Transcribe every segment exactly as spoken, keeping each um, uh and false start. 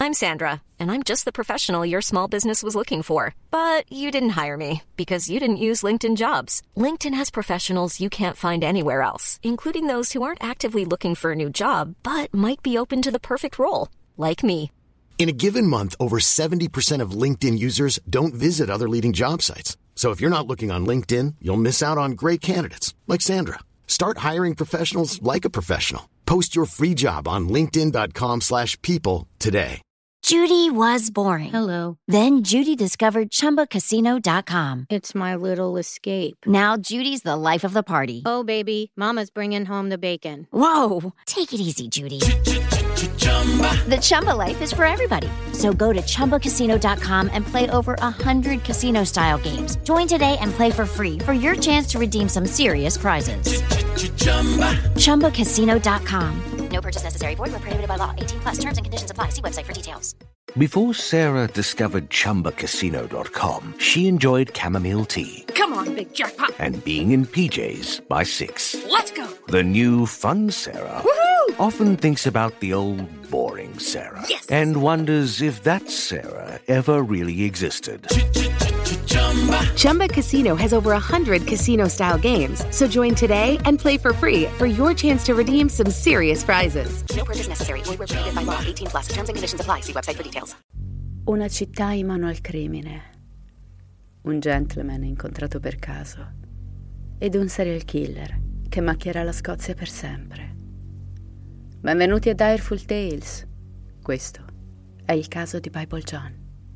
I'm Sandra, and I'm just the professional your small business was looking for. But you didn't hire me because you didn't use LinkedIn Jobs. LinkedIn has professionals you can't find anywhere else, including those who aren't actively looking for a new job, but might be open to the perfect role, like me. In a given month, over seventy percent of LinkedIn users don't visit other leading job sites. So if you're not looking on LinkedIn, you'll miss out on great candidates, like Sandra. Start hiring professionals like a professional. Post your free job on linkedin.com slash people today. Judy was boring. Hello. Then Judy discovered Chumba Casino dot com. It's my little escape. Now Judy's the life of the party. Oh, baby, mama's bringing home the bacon. Whoa, take it easy, Judy. The Chumba life is for everybody. So go to Chumba Casino dot com and play over one hundred casino-style games. Join today and play for free for your chance to redeem some serious prizes. Chumba Casino dot com. No purchase necessary. Void where prohibited by law. eighteen plus terms and conditions apply. See website for details. Before Sarah discovered Chumba Casino dot com, she enjoyed chamomile tea. Come on, big jackpot. And being in P Js by six. Let's go. The new fun Sarah Woohoo! often thinks about the old boring Sarah. Yes. And wonders if that Sarah ever really existed. Chumba Casino has over one hundred casino-style games. So join today and play for free for your chance to redeem some serious prizes. No purchase necessary. Void where prohibited by law. eighteen plus. Terms and conditions apply. See website for details. Una città in mano al crimine. Un gentleman incontrato per caso. Ed un serial killer che macchierà la Scozia per sempre. Benvenuti a Direful Tales. Questo è il caso di Bible John.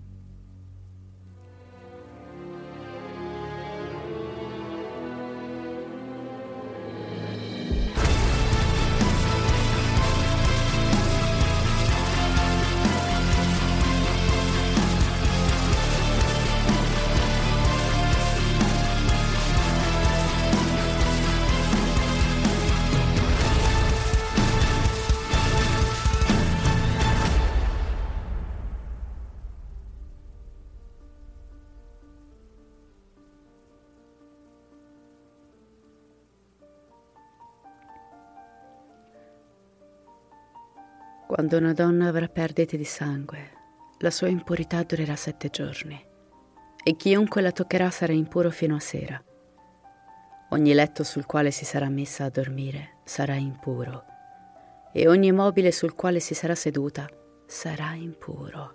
Quando una donna avrà perdite di sangue, la sua impurità durerà sette giorni e chiunque la toccherà sarà impuro fino a sera. Ogni letto sul quale si sarà messa a dormire sarà impuro e ogni mobile sul quale si sarà seduta sarà impuro.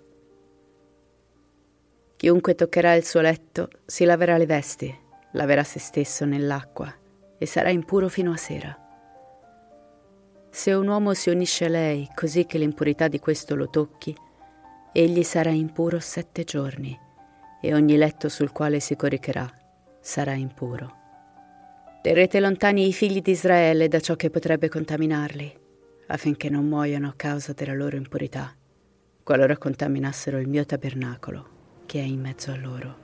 Chiunque toccherà il suo letto si laverà le vesti, laverà se stesso nell'acqua e sarà impuro fino a sera. Se un uomo si unisce a lei così che l'impurità di questo lo tocchi, egli sarà impuro sette giorni e ogni letto sul quale si coricherà sarà impuro. Terrete lontani i figli di Israele da ciò che potrebbe contaminarli, affinché non muoiano a causa della loro impurità, qualora contaminassero il mio tabernacolo che è in mezzo a loro.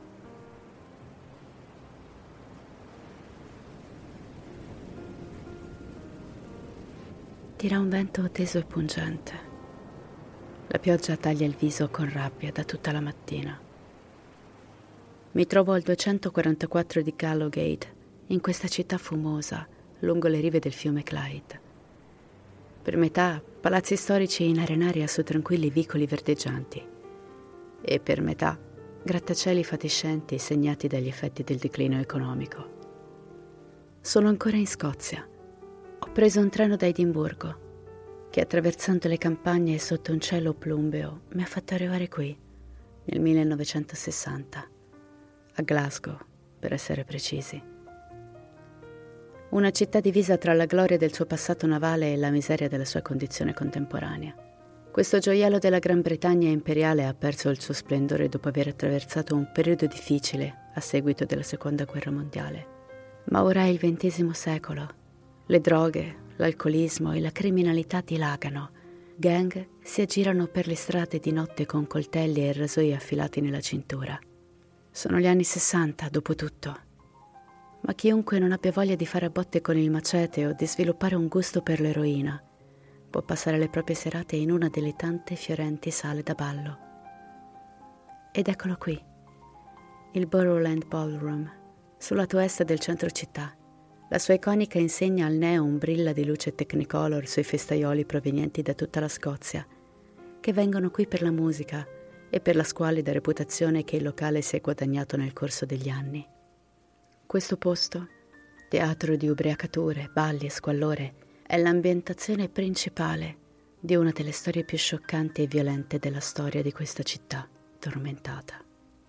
Tira un vento teso e pungente. La pioggia taglia il viso con rabbia da tutta la mattina. Mi trovo al duecentoquarantaquattro di Gallowgate, in questa città fumosa, lungo le rive del fiume Clyde. Per metà palazzi storici in arenaria su tranquilli vicoli verdeggianti e per metà grattacieli fatiscenti segnati dagli effetti del declino economico. Sono ancora in Scozia. Ho preso un treno da Edimburgo che, attraversando le campagne e sotto un cielo plumbeo, mi ha fatto arrivare qui, nel millenovecentosessanta, a Glasgow, per essere precisi. Una città divisa tra la gloria del suo passato navale e la miseria della sua condizione contemporanea. Questo gioiello della Gran Bretagna imperiale ha perso il suo splendore dopo aver attraversato un periodo difficile a seguito della Seconda Guerra Mondiale. Ma ora è il ventesimo secolo. Le droghe, l'alcolismo e la criminalità dilagano. Gang si aggirano per le strade di notte con coltelli e rasoi affilati nella cintura. Sono gli anni sessanta, dopo tutto. Ma chiunque non abbia voglia di fare a botte con il macete o di sviluppare un gusto per l'eroina può passare le proprie serate in una delle tante fiorenti sale da ballo. Ed eccolo qui, il Boroughland Ballroom, sul lato est del centro città. La sua iconica insegna al neon brilla di luce Technicolor sui festaioli provenienti da tutta la Scozia, che che vengono qui per la musica e per la squallida reputazione che il locale si è guadagnato nel corso degli anni. Questo posto, teatro di ubriacature, balli e squallore, è l'ambientazione principale di una delle storie più scioccanti e violente della storia di questa città tormentata.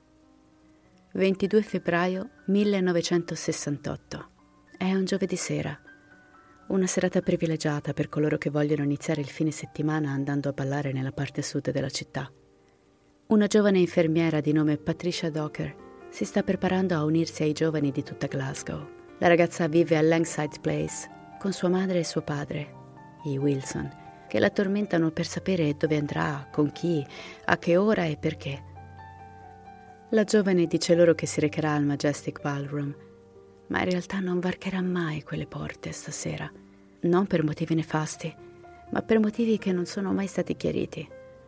ventidue febbraio millenovecentosessantotto. È un giovedì sera, una serata privilegiata per coloro che vogliono iniziare il fine settimana andando a ballare nella parte sud della città. Una giovane infermiera di nome Patricia Docker si sta preparando a unirsi ai giovani di tutta Glasgow. La ragazza vive a Langside Place con sua madre e suo padre, i Wilson, che la tormentano per sapere dove andrà, con chi, a che ora e perché. La giovane dice loro che si recherà al Majestic Ballroom, ma in realtà non varcherà mai quelle porte stasera, non per motivi nefasti, ma per motivi che non sono mai stati chiariti.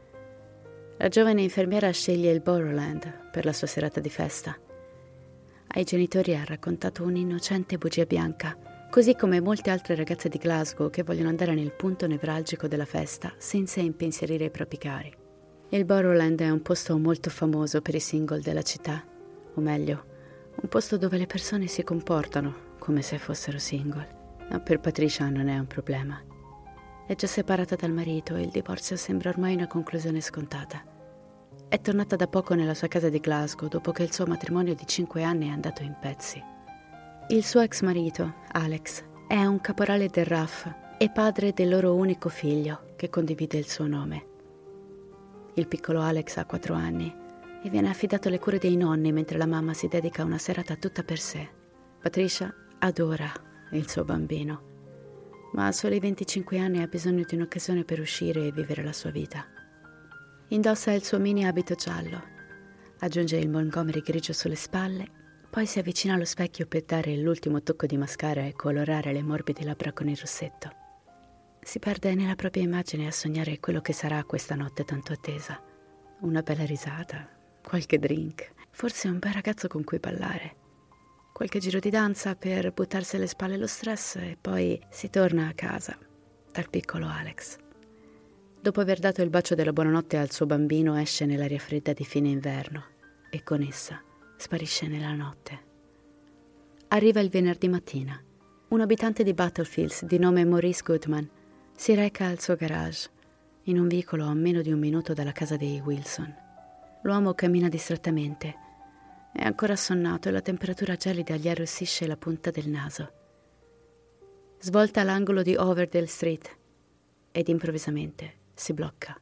La giovane infermiera sceglie il Boroland per la sua serata di festa. Ai genitori ha raccontato un'innocente bugia bianca, così come molte altre ragazze di Glasgow che vogliono andare nel punto nevralgico della festa senza impensierire i propri cari. Il Boroland è un posto molto famoso per i single della città, o meglio, un posto dove le persone si comportano come se fossero single. Ma per Patricia non è un problema. È già separata dal marito e il divorzio sembra ormai una conclusione scontata. È tornata da poco nella sua casa di Glasgow dopo che il suo matrimonio di cinque anni è andato in pezzi. Il suo ex marito, Alex, è un caporale del R A F e padre del loro unico figlio che condivide il suo nome. Il piccolo Alex ha quattro anni e viene affidato alle cure dei nonni mentre la mamma si dedica a una serata tutta per sé. Patricia adora il suo bambino, ma a soli venticinque anni ha bisogno di un'occasione per uscire e vivere la sua vita. Indossa il suo mini abito giallo, aggiunge il Montgomery grigio sulle spalle, poi si avvicina allo specchio per dare l'ultimo tocco di mascara e colorare le morbide labbra con il rossetto. Si perde nella propria immagine a sognare quello che sarà questa notte tanto attesa. Una bella risata, qualche drink, forse un bel ragazzo con cui ballare, qualche giro di danza per buttarsi alle spalle lo stress e poi si torna a casa dal piccolo Alex. Dopo aver dato il bacio della buonanotte al suo bambino esce nell'aria fredda di fine inverno e con essa sparisce nella notte. Arriva il venerdì mattina. Un abitante di Battlefields di nome Maurice Goodman si reca al suo garage in un vicolo a meno di un minuto dalla casa dei Wilson. L'uomo cammina distrattamente. È ancora assonnato e la temperatura gelida gli arrossisce la punta del naso. Svolta l'angolo di Overdale Street ed improvvisamente si blocca.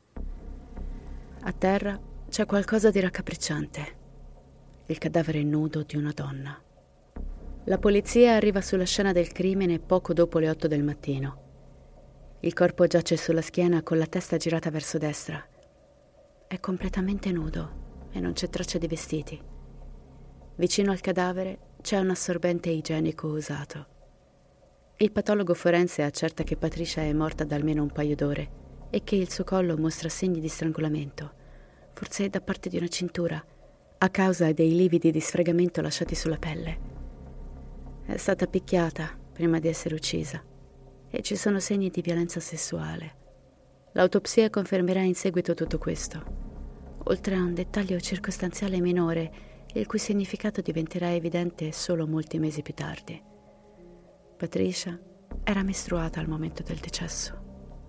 A terra c'è qualcosa di raccapricciante. Il cadavere nudo di una donna. La polizia arriva sulla scena del crimine poco dopo le otto del mattino. Il corpo giace sulla schiena con la testa girata verso destra. È completamente nudo e non c'è traccia di vestiti. Vicino al cadavere c'è un assorbente igienico usato. Il patologo forense accerta che Patricia è morta da almeno un paio d'ore e che il suo collo mostra segni di strangolamento, forse da parte di una cintura, a causa dei lividi di sfregamento lasciati sulla pelle. È stata picchiata prima di essere uccisa e ci sono segni di violenza sessuale. L'autopsia confermerà in seguito tutto questo, oltre a un dettaglio circostanziale minore, il cui significato diventerà evidente solo molti mesi più tardi. Patricia era mestruata al momento del decesso.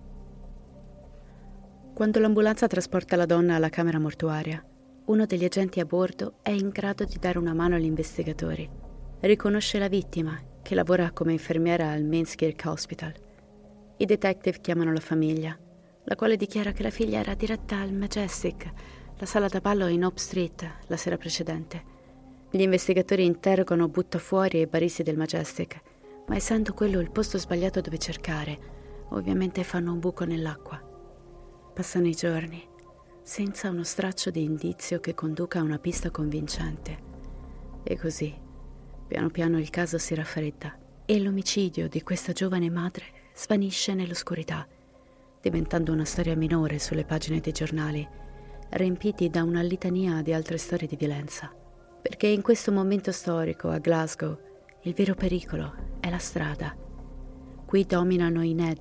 Quando l'ambulanza trasporta la donna alla camera mortuaria, uno degli agenti a bordo è in grado di dare una mano agli investigatori. Riconosce la vittima, che lavora come infermiera al Mainskirk Hospital. I detective chiamano la famiglia, la quale dichiara che la figlia era diretta al Majestic, la sala da ballo in Hope Street, la sera precedente. Gli investigatori interrogano buttafuori e baristi del Majestic, ma essendo quello il posto sbagliato dove cercare, ovviamente fanno un buco nell'acqua. Passano i giorni, senza uno straccio di indizio che conduca a una pista convincente. E così, piano piano il caso si raffredda e l'omicidio di questa giovane madre svanisce nell'oscurità, diventando una storia minore sulle pagine dei giornali, riempiti da una litania di altre storie di violenza. Perché in questo momento storico a Glasgow il vero pericolo è la strada. Qui dominano i Ned,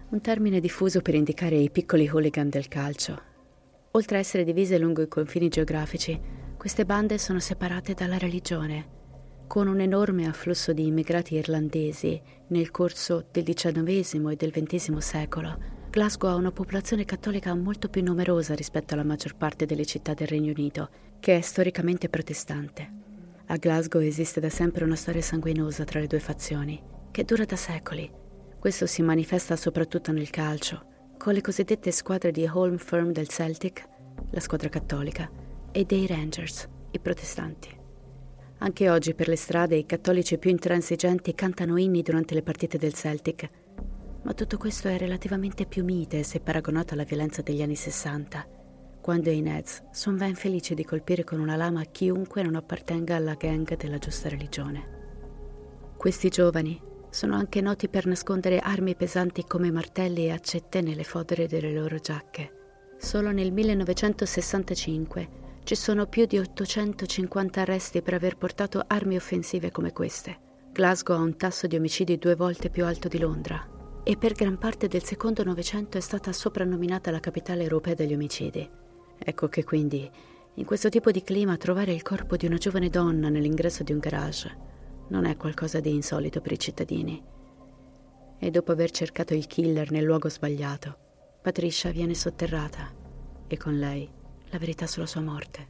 un termine diffuso per indicare i piccoli hooligan del calcio. Oltre a essere divise lungo i confini geografici, queste bande sono separate dalla religione, con un enorme afflusso di immigrati irlandesi nel corso del diciannovesimo e del ventesimo secolo. Glasgow ha una popolazione cattolica molto più numerosa rispetto alla maggior parte delle città del Regno Unito, che è storicamente protestante. A Glasgow esiste da sempre una storia sanguinosa tra le due fazioni, che dura da secoli. Questo si manifesta soprattutto nel calcio, con le cosiddette squadre di Home Firm del Celtic, la squadra cattolica, e dei Rangers, i protestanti. Anche oggi per le strade i cattolici più intransigenti cantano inni durante le partite del Celtic, ma tutto questo è relativamente più mite se paragonato alla violenza degli anni sessanta, quando i Neds sono ben felici di colpire con una lama chiunque non appartenga alla gang della giusta religione. Questi giovani sono anche noti per nascondere armi pesanti come martelli e accette nelle fodere delle loro giacche. Solo nel millenovecentosessantacinque ci sono più di ottocentocinquanta arresti per aver portato armi offensive come queste. Glasgow ha un tasso di omicidi due volte più alto di Londra e per gran parte del secondo Novecento è stata soprannominata la capitale europea degli omicidi. Ecco che quindi, in questo tipo di clima, trovare il corpo di una giovane donna nell'ingresso di un garage non è qualcosa di insolito per i cittadini. E dopo aver cercato il killer nel luogo sbagliato, Patricia viene sotterrata e con lei la verità sulla sua morte.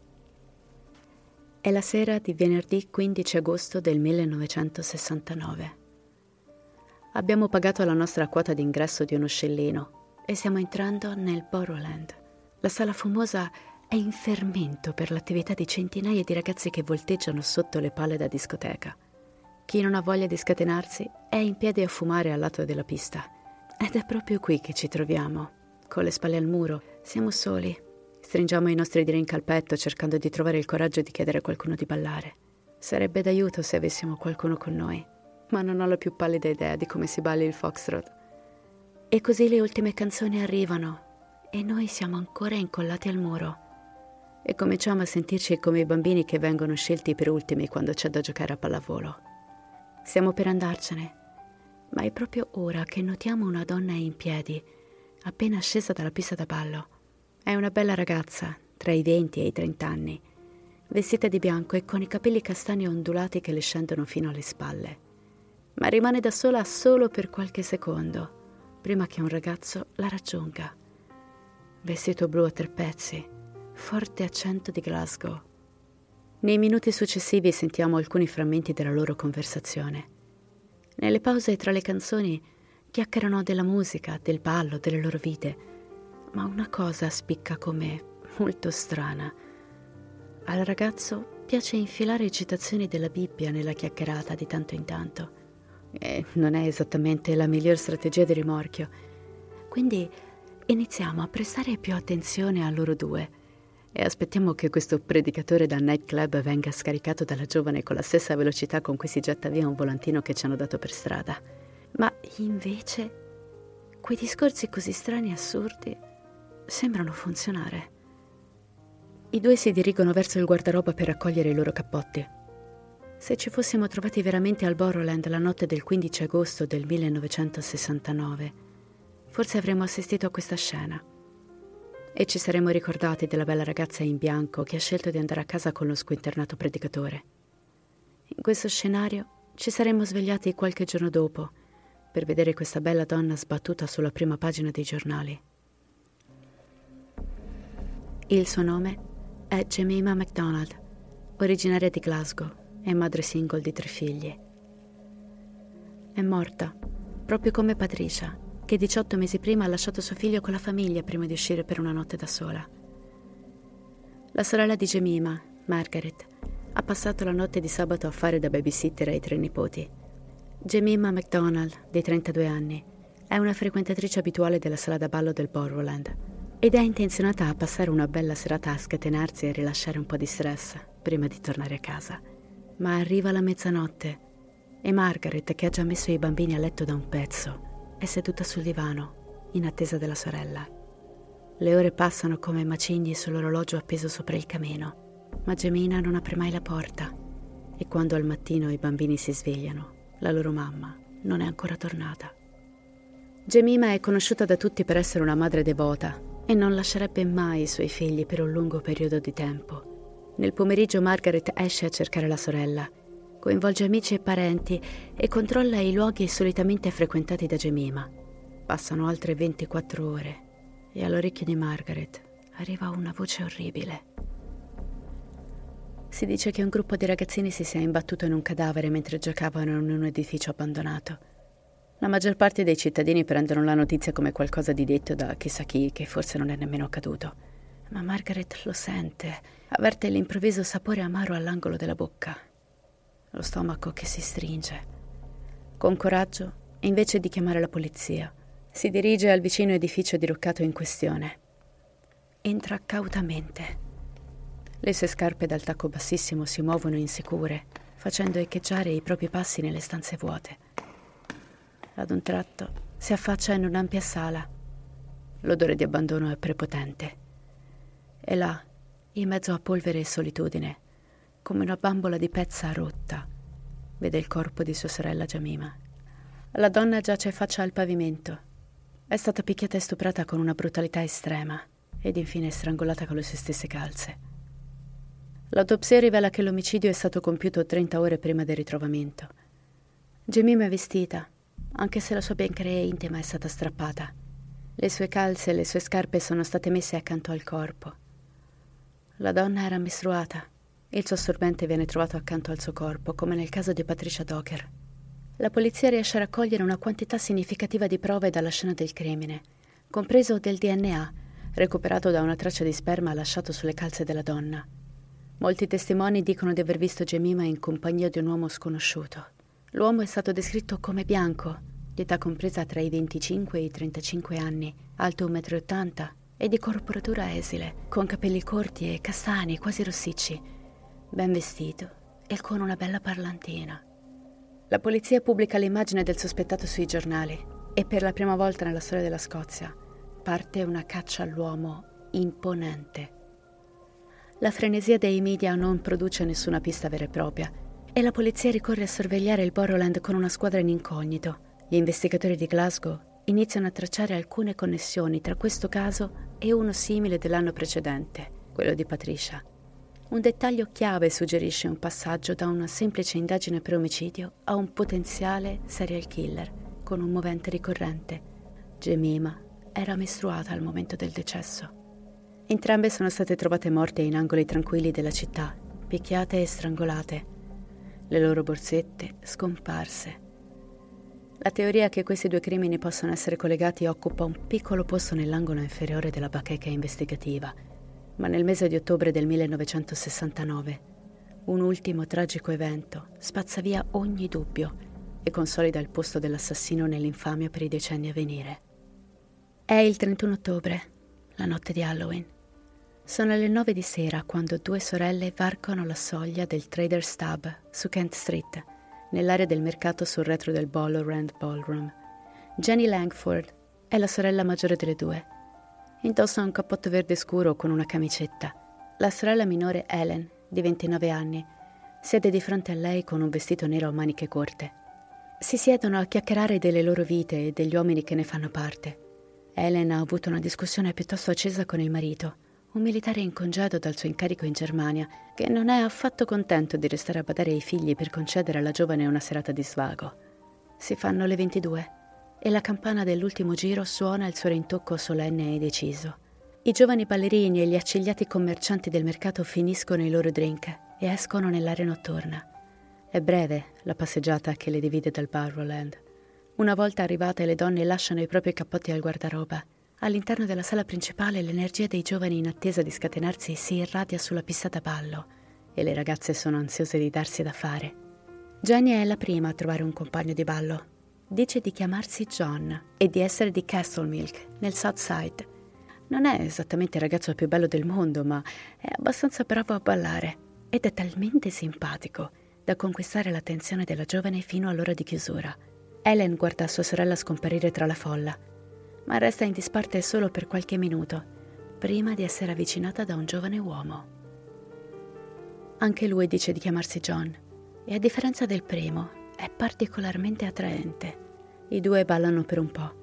È la sera di venerdì quindici agosto del millenovecentosessantanove. Abbiamo pagato la nostra quota d'ingresso di uno scellino e stiamo entrando nel Boroland. La sala fumosa è in fermento per l'attività di centinaia di ragazzi che volteggiano sotto le palle da discoteca. Chi non ha voglia di scatenarsi è in piedi a fumare al lato della pista. Ed è proprio qui che ci troviamo, con le spalle al muro. Siamo soli. Stringiamo i nostri drink al petto cercando di trovare il coraggio di chiedere a qualcuno di ballare. Sarebbe d'aiuto se avessimo qualcuno con noi, ma non ho la più pallida idea di come si balli il foxtrot. E così le ultime canzoni arrivano e noi siamo ancora incollati al muro e cominciamo a sentirci come i bambini che vengono scelti per ultimi quando c'è da giocare a pallavolo. Stiamo per andarcene, ma è proprio ora che notiamo una donna in piedi, appena scesa dalla pista da ballo. È una bella ragazza, tra i venti e i trenta anni, vestita di bianco e con i capelli castani ondulati che le scendono fino alle spalle. Ma rimane da sola solo per qualche secondo, prima che un ragazzo la raggiunga. Vestito blu a tre pezzi, forte accento di Glasgow. Nei minuti successivi sentiamo alcuni frammenti della loro conversazione. Nelle pause tra le canzoni chiacchierano della musica, del ballo, delle loro vite, ma una cosa spicca come molto strana. Al ragazzo piace infilare citazioni della Bibbia nella chiacchierata di tanto in tanto. E non è esattamente la miglior strategia di rimorchio. Quindi iniziamo a prestare più attenzione a loro due e aspettiamo che questo predicatore da nightclub venga scaricato dalla giovane con la stessa velocità con cui si getta via un volantino che ci hanno dato per strada. Ma invece quei discorsi così strani e assurdi sembrano funzionare. I due si dirigono verso il guardaroba per raccogliere i loro cappotti. Se ci fossimo trovati veramente al Boroland la notte del quindici agosto del millenovecentosessantanove, forse avremmo assistito a questa scena e ci saremmo ricordati della bella ragazza in bianco che ha scelto di andare a casa con lo squinternato predicatore. In questo scenario ci saremmo svegliati qualche giorno dopo per vedere questa bella donna sbattuta sulla prima pagina dei giornali. Il suo nome è Jemima MacDonald, originaria di Glasgow e madre single di tre figli. È morta, proprio come Patricia, che diciotto mesi prima ha lasciato suo figlio con la famiglia prima di uscire per una notte da sola. La sorella di Jemima, Margaret, ha passato la notte di sabato a fare da babysitter ai tre nipoti. Jemima MacDonald, dei trentadue anni, è una frequentatrice abituale della sala da ballo del Boroland ed è intenzionata a passare una bella serata a scatenarsi e rilasciare un po' di stress prima di tornare a casa. Ma arriva la mezzanotte e Margaret, che ha già messo i bambini a letto da un pezzo, è seduta sul divano in attesa della sorella. Le ore passano come macigni sull'orologio appeso sopra il camino, ma Jemima non apre mai la porta e quando al mattino i bambini si svegliano, la loro mamma non è ancora tornata. Jemima è conosciuta da tutti per essere una madre devota e non lascerebbe mai i suoi figli per un lungo periodo di tempo. Nel pomeriggio Margaret esce a cercare la sorella, coinvolge amici e parenti e controlla i luoghi solitamente frequentati da Jemima. Passano altre ventiquattro ore e all'orecchio di Margaret arriva una voce orribile. Si dice che un gruppo di ragazzini si sia imbattuto in un cadavere mentre giocavano in un edificio abbandonato. La maggior parte dei cittadini prendono la notizia come qualcosa di detto da chissà chi, che forse non è nemmeno accaduto. Ma Margaret lo sente, avverte l'improvviso sapore amaro all'angolo della bocca, lo stomaco che si stringe. Con coraggio, invece di chiamare la polizia, si dirige al vicino edificio diroccato in questione. Entra cautamente. Le sue scarpe dal tacco bassissimo si muovono insicure, facendo echeggiare i propri passi nelle stanze vuote. Ad un tratto si affaccia in un'ampia sala. L'odore di abbandono è prepotente. E là, in mezzo a polvere e solitudine, come una bambola di pezza rotta, vede il corpo di sua sorella Jemima. La donna giace faccia al pavimento. È stata picchiata e stuprata con una brutalità estrema ed infine strangolata con le sue stesse calze. L'autopsia rivela che l'omicidio è stato compiuto trenta ore prima del ritrovamento. Jemima è vestita, anche se la sua biancheria intima è stata strappata. Le sue calze e le sue scarpe sono state messe accanto al corpo. La donna era mestruata. Il suo assorbente viene trovato accanto al suo corpo, come nel caso di Patricia Docker. La polizia riesce a raccogliere una quantità significativa di prove dalla scena del crimine, compreso del D N A, recuperato da una traccia di sperma lasciato sulle calze della donna. Molti testimoni dicono di aver visto Jemima in compagnia di un uomo sconosciuto. L'uomo è stato descritto come bianco, di età compresa tra i venticinque e i trentacinque anni, alto un metro e ottanta e di corporatura esile, con capelli corti e castani, quasi rossicci, ben vestito e con una bella parlantina. La polizia pubblica l'immagine del sospettato sui giornali e per la prima volta nella storia della Scozia parte una caccia all'uomo imponente. La frenesia dei media non produce nessuna pista vera e propria e la polizia ricorre a sorvegliare il Barrowland con una squadra in incognito. Gli investigatori di Glasgow iniziano a tracciare alcune connessioni tra questo caso e uno simile dell'anno precedente, quello di Patricia. Un dettaglio chiave suggerisce un passaggio da una semplice indagine per omicidio a un potenziale serial killer con un movente ricorrente. Jemima era mestruata al momento del decesso. Entrambe sono state trovate morte in angoli tranquilli della città, picchiate e strangolate. Le loro borsette scomparse. La teoria che questi due crimini possano essere collegati occupa un piccolo posto nell'angolo inferiore della bacheca investigativa, ma nel mese di ottobre del millenovecentosessantanove un ultimo tragico evento spazza via ogni dubbio e consolida il posto dell'assassino nell'infamia per i decenni a venire. È il trentuno ottobre, la notte di Halloween. Sono le nove di sera quando due sorelle varcano la soglia del Trader's Tub su Kent Street, nell'area del mercato sul retro del Barrowland Ballroom. Jenny Langford è la sorella maggiore delle due. Indossa un cappotto verde scuro con una camicetta. La sorella minore Helen, di ventinove anni, siede di fronte a lei con un vestito nero a maniche corte. Si siedono a chiacchierare delle loro vite e degli uomini che ne fanno parte. Helen ha avuto una discussione piuttosto accesa con il marito, un militare in congedo dal suo incarico in Germania, che non è affatto contento di restare a badare ai figli per concedere alla giovane una serata di svago. Si fanno le ventidue e la campana dell'ultimo giro suona il suo rintocco solenne e deciso. I giovani ballerini e gli accigliati commercianti del mercato finiscono i loro drink e escono nell'area notturna. È breve la passeggiata che le divide dal Barrowland. Una volta arrivate, le donne lasciano i propri cappotti al guardaroba. All'interno della sala principale l'energia dei giovani in attesa di scatenarsi si irradia sulla pista da ballo e le ragazze sono ansiose di darsi da fare. Jenny è la prima a trovare un compagno di ballo. Dice di chiamarsi John e di essere di Castlemilk, nel South Side. Non è esattamente il ragazzo più bello del mondo, ma è abbastanza bravo a ballare ed è talmente simpatico da conquistare l'attenzione della giovane fino all'ora di chiusura. Helen guarda sua sorella scomparire tra la folla, ma resta in disparte solo per qualche minuto, prima di essere avvicinata da un giovane uomo. Anche lui dice di chiamarsi John, e a differenza del primo, è particolarmente attraente. I due ballano per un po'.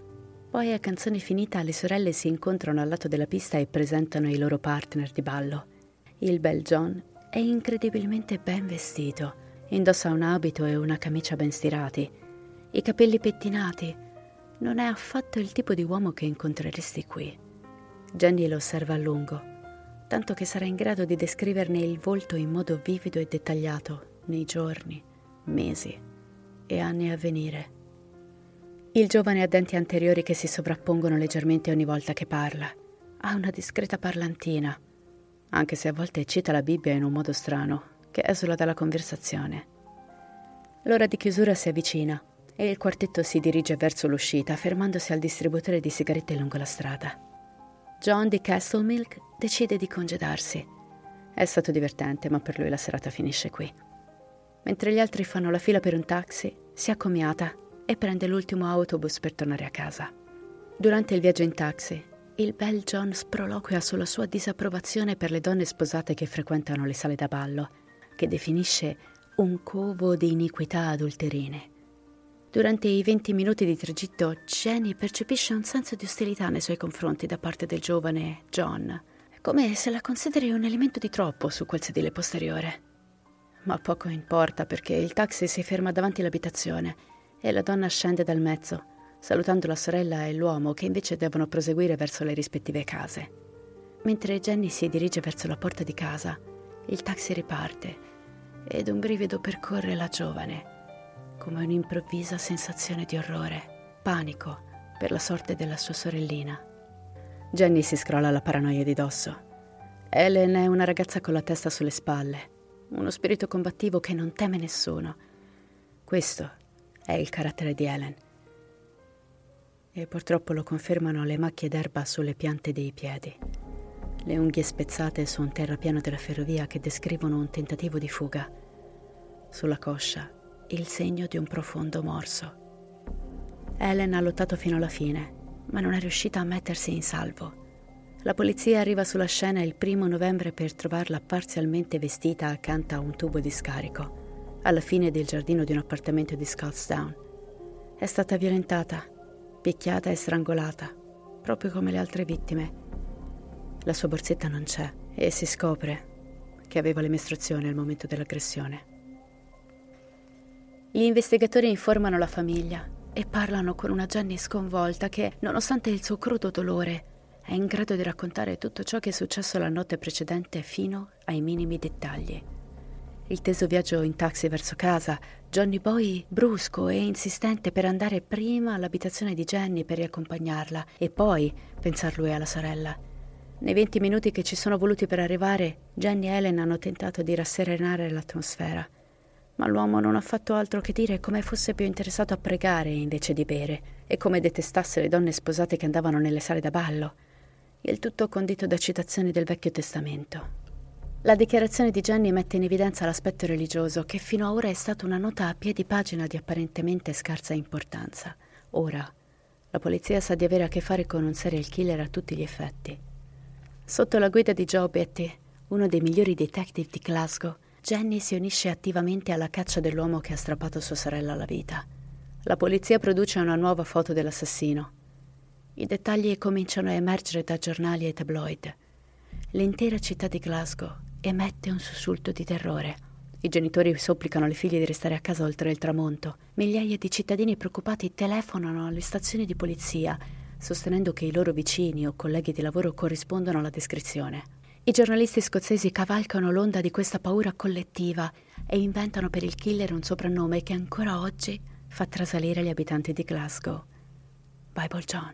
Poi, a canzone finita, le sorelle si incontrano al lato della pista e presentano i loro partner di ballo. Il bel John è incredibilmente ben vestito. Indossa un abito e una camicia ben stirati, i capelli pettinati. Non è affatto il tipo di uomo che incontreresti qui. Jenny lo osserva a lungo, tanto che sarà in grado di descriverne il volto in modo vivido e dettagliato nei giorni, mesi e anni a venire. Il giovane ha denti anteriori che si sovrappongono leggermente ogni volta che parla. Ha una discreta parlantina, anche se a volte cita la Bibbia in un modo strano, che esula dalla conversazione. L'ora di chiusura si avvicina e il quartetto si dirige verso l'uscita, fermandosi al distributore di sigarette lungo la strada. John di Castlemilk decide di congedarsi. È stato divertente, ma per lui la serata finisce qui. Mentre gli altri fanno la fila per un taxi, si accomiata e prende l'ultimo autobus per tornare a casa. Durante il viaggio in taxi, il bel John sproloquia sulla sua disapprovazione per le donne sposate che frequentano le sale da ballo, che definisce un covo di iniquità adulterine. Durante i venti minuti di tragitto, Jenny percepisce un senso di ostilità nei suoi confronti da parte del giovane John, come se la consideri un elemento di troppo su quel sedile posteriore. Ma poco importa, perché il taxi si ferma davanti all'abitazione e la donna scende dal mezzo, salutando la sorella e l'uomo che invece devono proseguire verso le rispettive case. Mentre Jenny si dirige verso la porta di casa, il taxi riparte ed un brivido percorre la giovane, come un'improvvisa sensazione di orrore, panico per la sorte della sua sorellina. Jenny si scrolla la paranoia di dosso. Helen è una ragazza con la testa sulle spalle, uno spirito combattivo che non teme nessuno. Questo è il carattere di Helen. E purtroppo lo confermano le macchie d'erba sulle piante dei piedi, le unghie spezzate su un terrapiano della ferrovia che descrivono un tentativo di fuga. Sulla coscia il segno di un profondo morso. Helen ha lottato fino alla fine, ma non è riuscita a mettersi in salvo. La polizia arriva sulla scena il primo novembre per trovarla parzialmente vestita accanto a un tubo di scarico, alla fine del giardino di un appartamento di Scottsdown. È stata violentata, picchiata e strangolata, proprio come le altre vittime. La sua borsetta non c'è e si scopre che aveva le mestruazioni al momento dell'aggressione. Gli investigatori informano la famiglia e parlano con una Jenny sconvolta che, nonostante il suo crudo dolore, è in grado di raccontare tutto ciò che è successo la notte precedente fino ai minimi dettagli. Il teso viaggio in taxi verso casa, Johnny Boy brusco e insistente per andare prima all'abitazione di Jenny per riaccompagnarla e poi pensar lui alla sorella. Nei venti minuti che ci sono voluti per arrivare, Jenny e Helen hanno tentato di rasserenare l'atmosfera, ma l'uomo non ha fatto altro che dire come fosse più interessato a pregare invece di bere e come detestasse le donne sposate che andavano nelle sale da ballo. Il tutto condito da citazioni del Vecchio Testamento. La dichiarazione di Jenny mette in evidenza l'aspetto religioso, che fino a ora è stato una nota a piedi pagina di apparentemente scarsa importanza. Ora, la polizia sa di avere a che fare con un serial killer a tutti gli effetti. Sotto la guida di Joe Beatty, uno dei migliori detective di Glasgow, Jenny si unisce attivamente alla caccia dell'uomo che ha strappato sua sorella alla vita. La polizia produce una nuova foto dell'assassino. I dettagli cominciano a emergere da giornali e tabloid. L'intera città di Glasgow emette un sussulto di terrore. I genitori supplicano alle figlie di restare a casa oltre il tramonto. Migliaia di cittadini preoccupati telefonano alle stazioni di polizia, sostenendo che i loro vicini o colleghi di lavoro corrispondono alla descrizione. I giornalisti scozzesi cavalcano l'onda di questa paura collettiva e inventano per il killer un soprannome che ancora oggi fa trasalire gli abitanti di Glasgow: Bible John.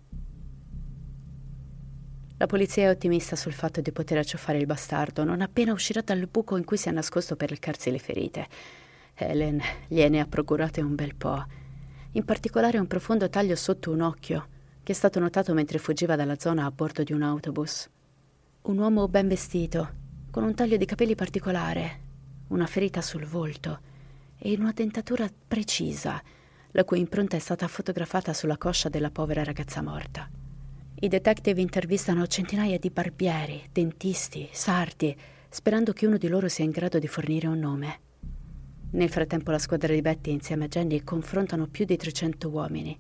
La polizia è ottimista sul fatto di poter acciuffare il bastardo non appena uscirà dal buco in cui si è nascosto per leccarsi le ferite. Helen gliene ha procurate un bel po', in particolare un profondo taglio sotto un occhio che è stato notato mentre fuggiva dalla zona a bordo di un autobus. Un uomo ben vestito, con un taglio di capelli particolare, una ferita sul volto e una dentatura precisa, la cui impronta è stata fotografata sulla coscia della povera ragazza morta. I detective intervistano centinaia di barbieri, dentisti, sarti, sperando che uno di loro sia in grado di fornire un nome. Nel frattempo la squadra di Beatty insieme a Jenny confrontano più di trecento uomini.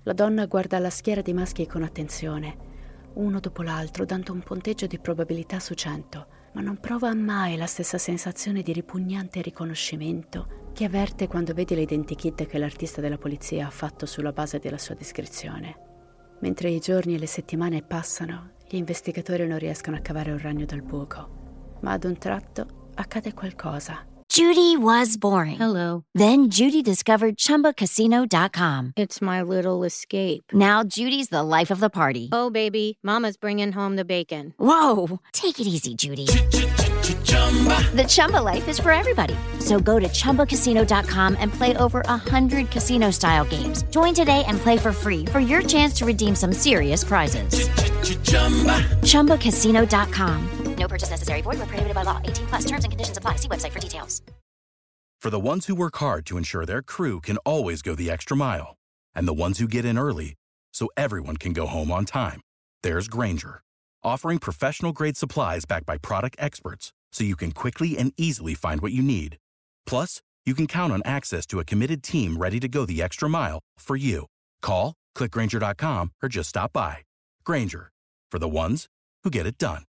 La donna guarda la schiera di maschi con attenzione, uno dopo l'altro, dando un punteggio di probabilità su cento, ma non prova mai la stessa sensazione di ripugnante riconoscimento che avverte quando vede l'identikit che l'artista della polizia ha fatto sulla base della sua descrizione. Mentre i giorni e le settimane passano, gli investigatori non riescono a cavare un ragno dal buco, ma ad un tratto accade qualcosa. Judy was boring. Hello. Then Judy discovered Chumba Casino dot com. It's my little escape. Now Judy's the life of the party. Oh, baby, mama's bringing home the bacon. Whoa, take it easy, Judy. The Chumba life is for everybody. So go to Chumba Casino dot com and play over one hundred casino-style games. Join today and play for free for your chance to redeem some serious prizes. Chumba Casino dot com. No purchase necessary. Void where prohibited by law. eighteen plus terms and conditions apply. See website for details. For the ones who work hard to ensure their crew can always go the extra mile, and the ones who get in early so everyone can go home on time, there's Grainger, offering professional-grade supplies backed by product experts so you can quickly and easily find what you need. Plus, you can count on access to a committed team ready to go the extra mile for you. Call, click Grainger dot com, or just stop by. Grainger, for the ones who get it done.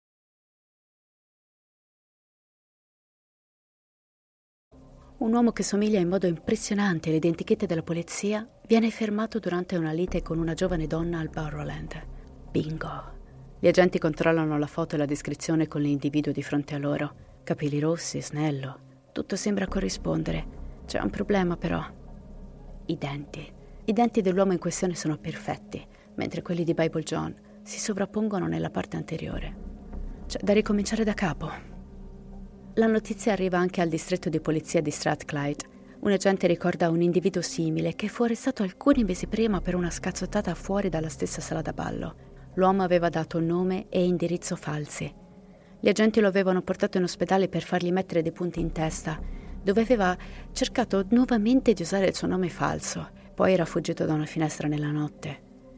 Un uomo che somiglia in modo impressionante all'identikit della polizia viene fermato durante una lite con una giovane donna al Barrowland. Bingo! Gli agenti controllano la foto e la descrizione con l'individuo di fronte a loro. Capelli rossi, snello. Tutto sembra corrispondere. C'è un problema però. I denti. I denti dell'uomo in questione sono perfetti, mentre quelli di Bible John si sovrappongono nella parte anteriore. C'è da ricominciare da capo. La notizia arriva anche al distretto di polizia di Strathclyde. Un agente ricorda un individuo simile che fu arrestato alcuni mesi prima per una scazzottata fuori dalla stessa sala da ballo. L'uomo aveva dato nome e indirizzo falsi. Gli agenti lo avevano portato in ospedale per fargli mettere dei punti in testa, dove aveva cercato nuovamente di usare il suo nome falso. Poi era fuggito da una finestra nella notte.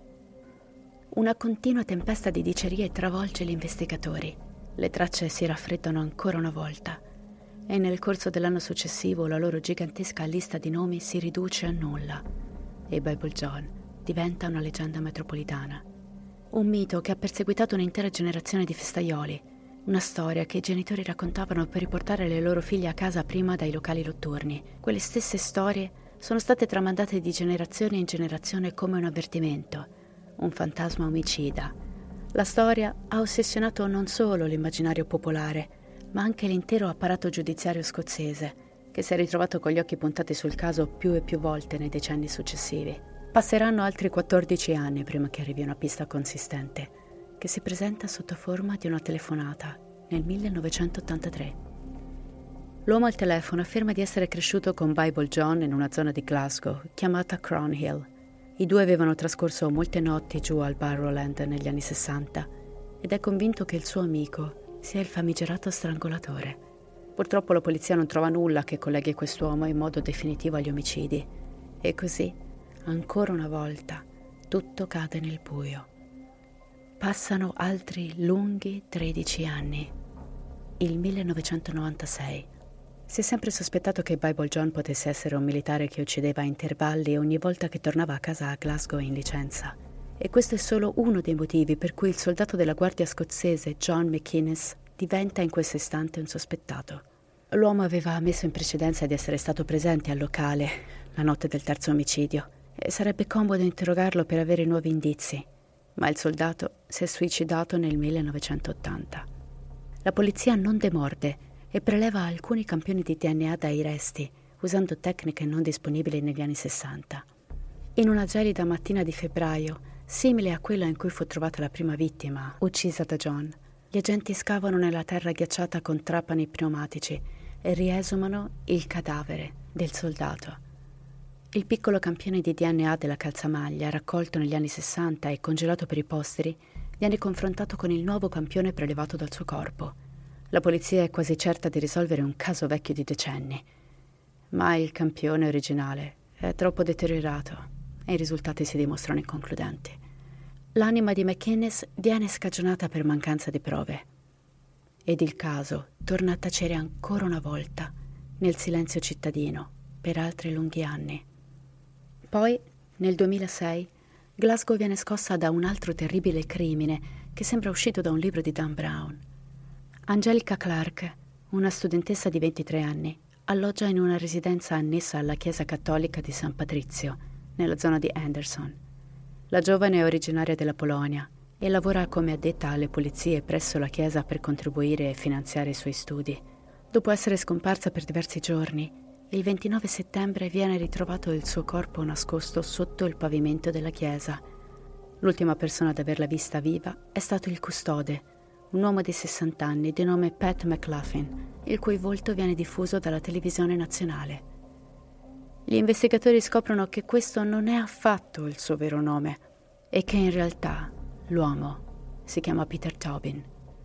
Una continua tempesta di dicerie travolge gli investigatori. Le tracce si raffreddano ancora una volta e nel corso dell'anno successivo la loro gigantesca lista di nomi si riduce a nulla e Bible John diventa una leggenda metropolitana. Un mito che ha perseguitato un'intera generazione di festaioli, una storia che i genitori raccontavano per riportare le loro figlie a casa prima dai locali notturni. Quelle stesse storie sono state tramandate di generazione in generazione come un avvertimento, un fantasma omicida. La storia ha ossessionato non solo l'immaginario popolare, ma anche l'intero apparato giudiziario scozzese, che si è ritrovato con gli occhi puntati sul caso più e più volte nei decenni successivi. Passeranno altri quattordici anni prima che arrivi una pista consistente, che si presenta sotto forma di una telefonata nel millenovecentottantatré. L'uomo al telefono afferma di essere cresciuto con Bible John in una zona di Glasgow chiamata Crownhill. I due avevano trascorso molte notti giù al Barrowland negli anni sessanta ed è convinto che il suo amico sia il famigerato strangolatore. Purtroppo la polizia non trova nulla che colleghi quest'uomo in modo definitivo agli omicidi e così, ancora una volta, tutto cade nel buio. Passano altri lunghi tredici anni. Il millenovecentonovantasei. Si è sempre sospettato che Bible John potesse essere un militare che uccideva a intervalli ogni volta che tornava a casa a Glasgow in licenza. E questo è solo uno dei motivi per cui il soldato della guardia scozzese John McInnes diventa in questo istante un sospettato. L'uomo aveva ammesso in precedenza di essere stato presente al locale la notte del terzo omicidio e sarebbe comodo interrogarlo per avere nuovi indizi, ma il soldato si è suicidato nel millenovecentottanta. La polizia non demorde e preleva alcuni campioni di D N A dai resti, usando tecniche non disponibili negli anni sessanta. In una gelida mattina di febbraio, simile a quella in cui fu trovata la prima vittima, uccisa da John, gli agenti scavano nella terra ghiacciata con trapani pneumatici e riesumano il cadavere del soldato. Il piccolo campione di D N A della calzamaglia, raccolto negli anni sessanta e congelato per i posteri, viene confrontato con il nuovo campione prelevato dal suo corpo. La polizia è quasi certa di risolvere un caso vecchio di decenni, ma il campione originale è troppo deteriorato e i risultati si dimostrano inconcludenti. L'anima di McInnes viene scagionata per mancanza di prove ed il caso torna a tacere ancora una volta nel silenzio cittadino per altri lunghi anni. Poi, nel duemilasei, Glasgow viene scossa da un altro terribile crimine che sembra uscito da un libro di Dan Brown. Angelica Clark, una studentessa di ventitré anni, alloggia in una residenza annessa alla chiesa cattolica di San Patrizio, nella zona di Anderson. La giovane è originaria della Polonia e lavora come addetta alle pulizie presso la chiesa per contribuire e finanziare i suoi studi. Dopo essere scomparsa per diversi giorni, il ventinove settembre viene ritrovato il suo corpo nascosto sotto il pavimento della chiesa. L'ultima persona ad averla vista viva è stato il custode, un uomo di sessanta anni di nome Pat McLaughlin, il cui volto viene diffuso dalla televisione nazionale. Gli investigatori scoprono che questo non è affatto il suo vero nome e che in realtà l'uomo si chiama Peter Tobin.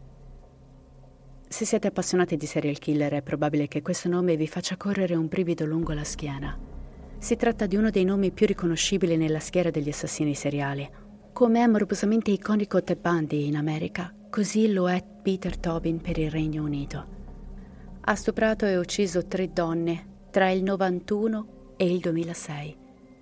Se siete appassionati di serial killer è probabile che questo nome vi faccia correre un brivido lungo la schiena. Si tratta di uno dei nomi più riconoscibili nella schiera degli assassini seriali. Come è morbosamente iconico Ted Bundy in America, così lo è Peter Tobin per il Regno Unito. Ha stuprato e ucciso tre donne tra il novantuno e il duemilasei.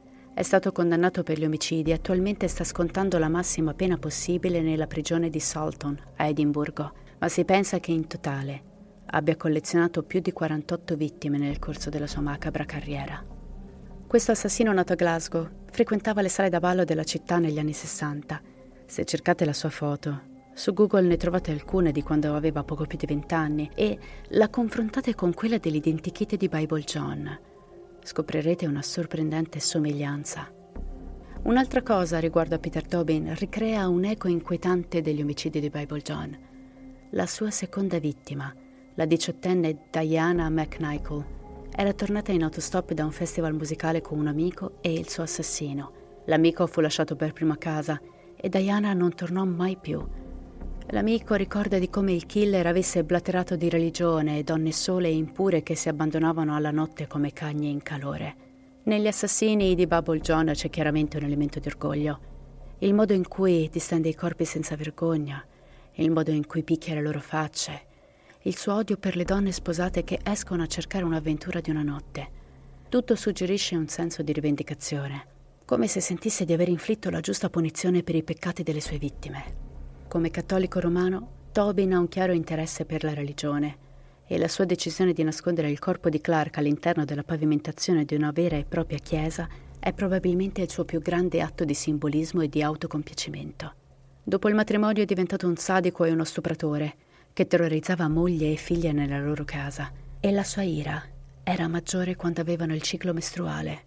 È stato condannato per gli omicidi e attualmente sta scontando la massima pena possibile nella prigione di Salton, a Edimburgo, ma si pensa che in totale abbia collezionato più di quarantotto vittime nel corso della sua macabra carriera. Questo assassino nato a Glasgow frequentava le sale da ballo della città negli anni sessanta. Se cercate la sua foto, su Google ne trovate alcune di quando aveva poco più di vent'anni e la confrontate con quella dell'identikit di Bible John. Scoprirete una sorprendente somiglianza. Un'altra cosa riguardo a Peter Tobin ricrea un eco inquietante degli omicidi di Bible John. La sua seconda vittima, la diciottenne Diana McNichol, era tornata in autostop da un festival musicale con un amico e il suo assassino. L'amico fu lasciato per primo a casa e Diana non tornò mai più. L'amico ricorda di come il killer avesse blaterato di religione e donne sole e impure che si abbandonavano alla notte come cagne in calore. Negli assassini di Bible John c'è chiaramente un elemento di orgoglio. Il modo in cui distende i corpi senza vergogna, il modo in cui picchia le loro facce, il suo odio per le donne sposate che escono a cercare un'avventura di una notte. Tutto suggerisce un senso di rivendicazione, come se sentisse di aver inflitto la giusta punizione per i peccati delle sue vittime. Come cattolico romano, Tobin ha un chiaro interesse per la religione e la sua decisione di nascondere il corpo di Clark all'interno della pavimentazione di una vera e propria chiesa è probabilmente il suo più grande atto di simbolismo e di autocompiacimento. Dopo il matrimonio è diventato un sadico e uno stupratore che terrorizzava moglie e figlie nella loro casa, e la sua ira era maggiore quando avevano il ciclo mestruale.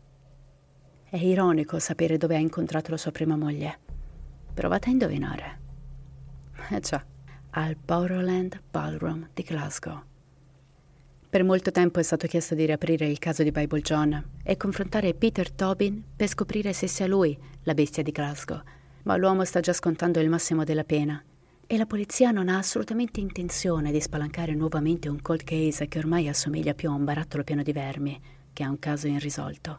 È ironico sapere dove ha incontrato la sua prima moglie. Provate a indovinare. Eh già, al Boroland Ballroom di Glasgow. Per molto tempo è stato chiesto di riaprire il caso di Bible John e confrontare Peter Tobin per scoprire se sia lui la bestia di Glasgow, ma l'uomo sta già scontando il massimo della pena e la polizia non ha assolutamente intenzione di spalancare nuovamente un cold case che ormai assomiglia più a un barattolo pieno di vermi che a un caso irrisolto.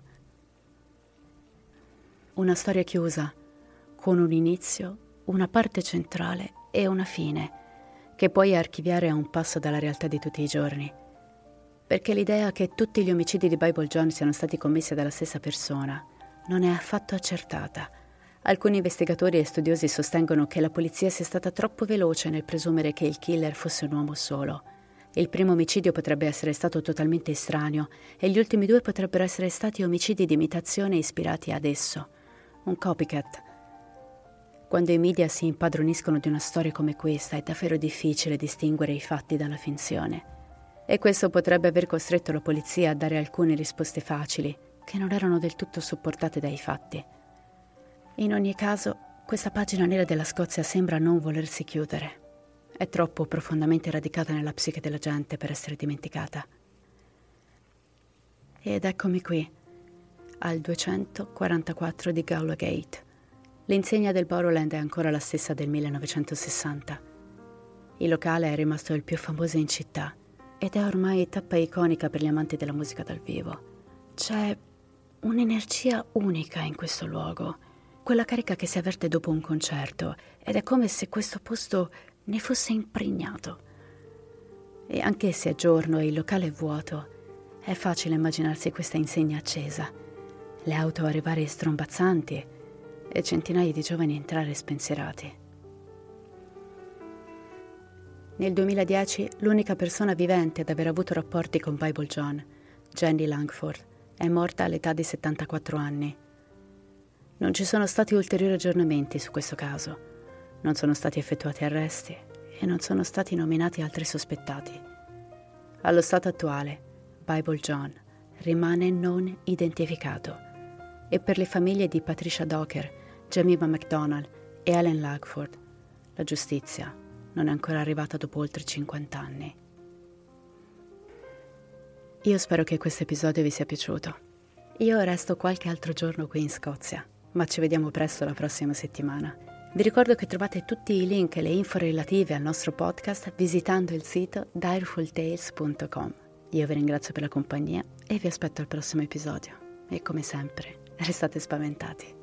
Una storia chiusa, con un inizio, una parte centrale e una fine, che puoi archiviare a un passo dalla realtà di tutti i giorni. Perché l'idea che tutti gli omicidi di Bible John siano stati commessi dalla stessa persona non è affatto accertata. Alcuni investigatori e studiosi sostengono che la polizia sia stata troppo veloce nel presumere che il killer fosse un uomo solo. Il primo omicidio potrebbe essere stato totalmente estraneo e gli ultimi due potrebbero essere stati omicidi di imitazione ispirati ad esso. Un copycat. Quando i media si impadroniscono di una storia come questa è davvero difficile distinguere i fatti dalla finzione. E questo potrebbe aver costretto la polizia a dare alcune risposte facili, che non erano del tutto supportate dai fatti. In ogni caso, questa pagina nera della Scozia sembra non volersi chiudere. È troppo profondamente radicata nella psiche della gente per essere dimenticata. Ed eccomi qui, al duecentoquarantaquattro di Gowlagate. L'insegna del Boroland è ancora la stessa del millenovecentosessanta. Il locale è rimasto il più famoso in città ed è ormai tappa iconica per gli amanti della musica dal vivo. C'è un'energia unica in questo luogo, quella carica che si avverte dopo un concerto, ed è come se questo posto ne fosse impregnato. E anche se è giorno e il locale è vuoto, è facile immaginarsi questa insegna accesa, le auto arrivare strombazzanti e centinaia di giovani entrare spensierati. Nel duemiladieci l'unica persona vivente ad aver avuto rapporti con Bible John, Jenny Langford, è morta all'età di settantaquattro anni. Non ci sono stati ulteriori aggiornamenti su questo caso, non sono stati effettuati arresti e non sono stati nominati altri sospettati. Allo stato attuale, Bible John rimane non identificato e per le famiglie di Patricia Docker, Jemima McDonald e Ellen Langford, la giustizia non è ancora arrivata dopo oltre cinquanta anni. Io spero che questo episodio vi sia piaciuto. Io resto qualche altro giorno qui in Scozia, ma ci vediamo presto la prossima settimana. Vi ricordo che trovate tutti i link e le info relative al nostro podcast visitando il sito direful tales punto com. Io vi ringrazio per la compagnia e vi aspetto al prossimo episodio. E come sempre, restate spaventati.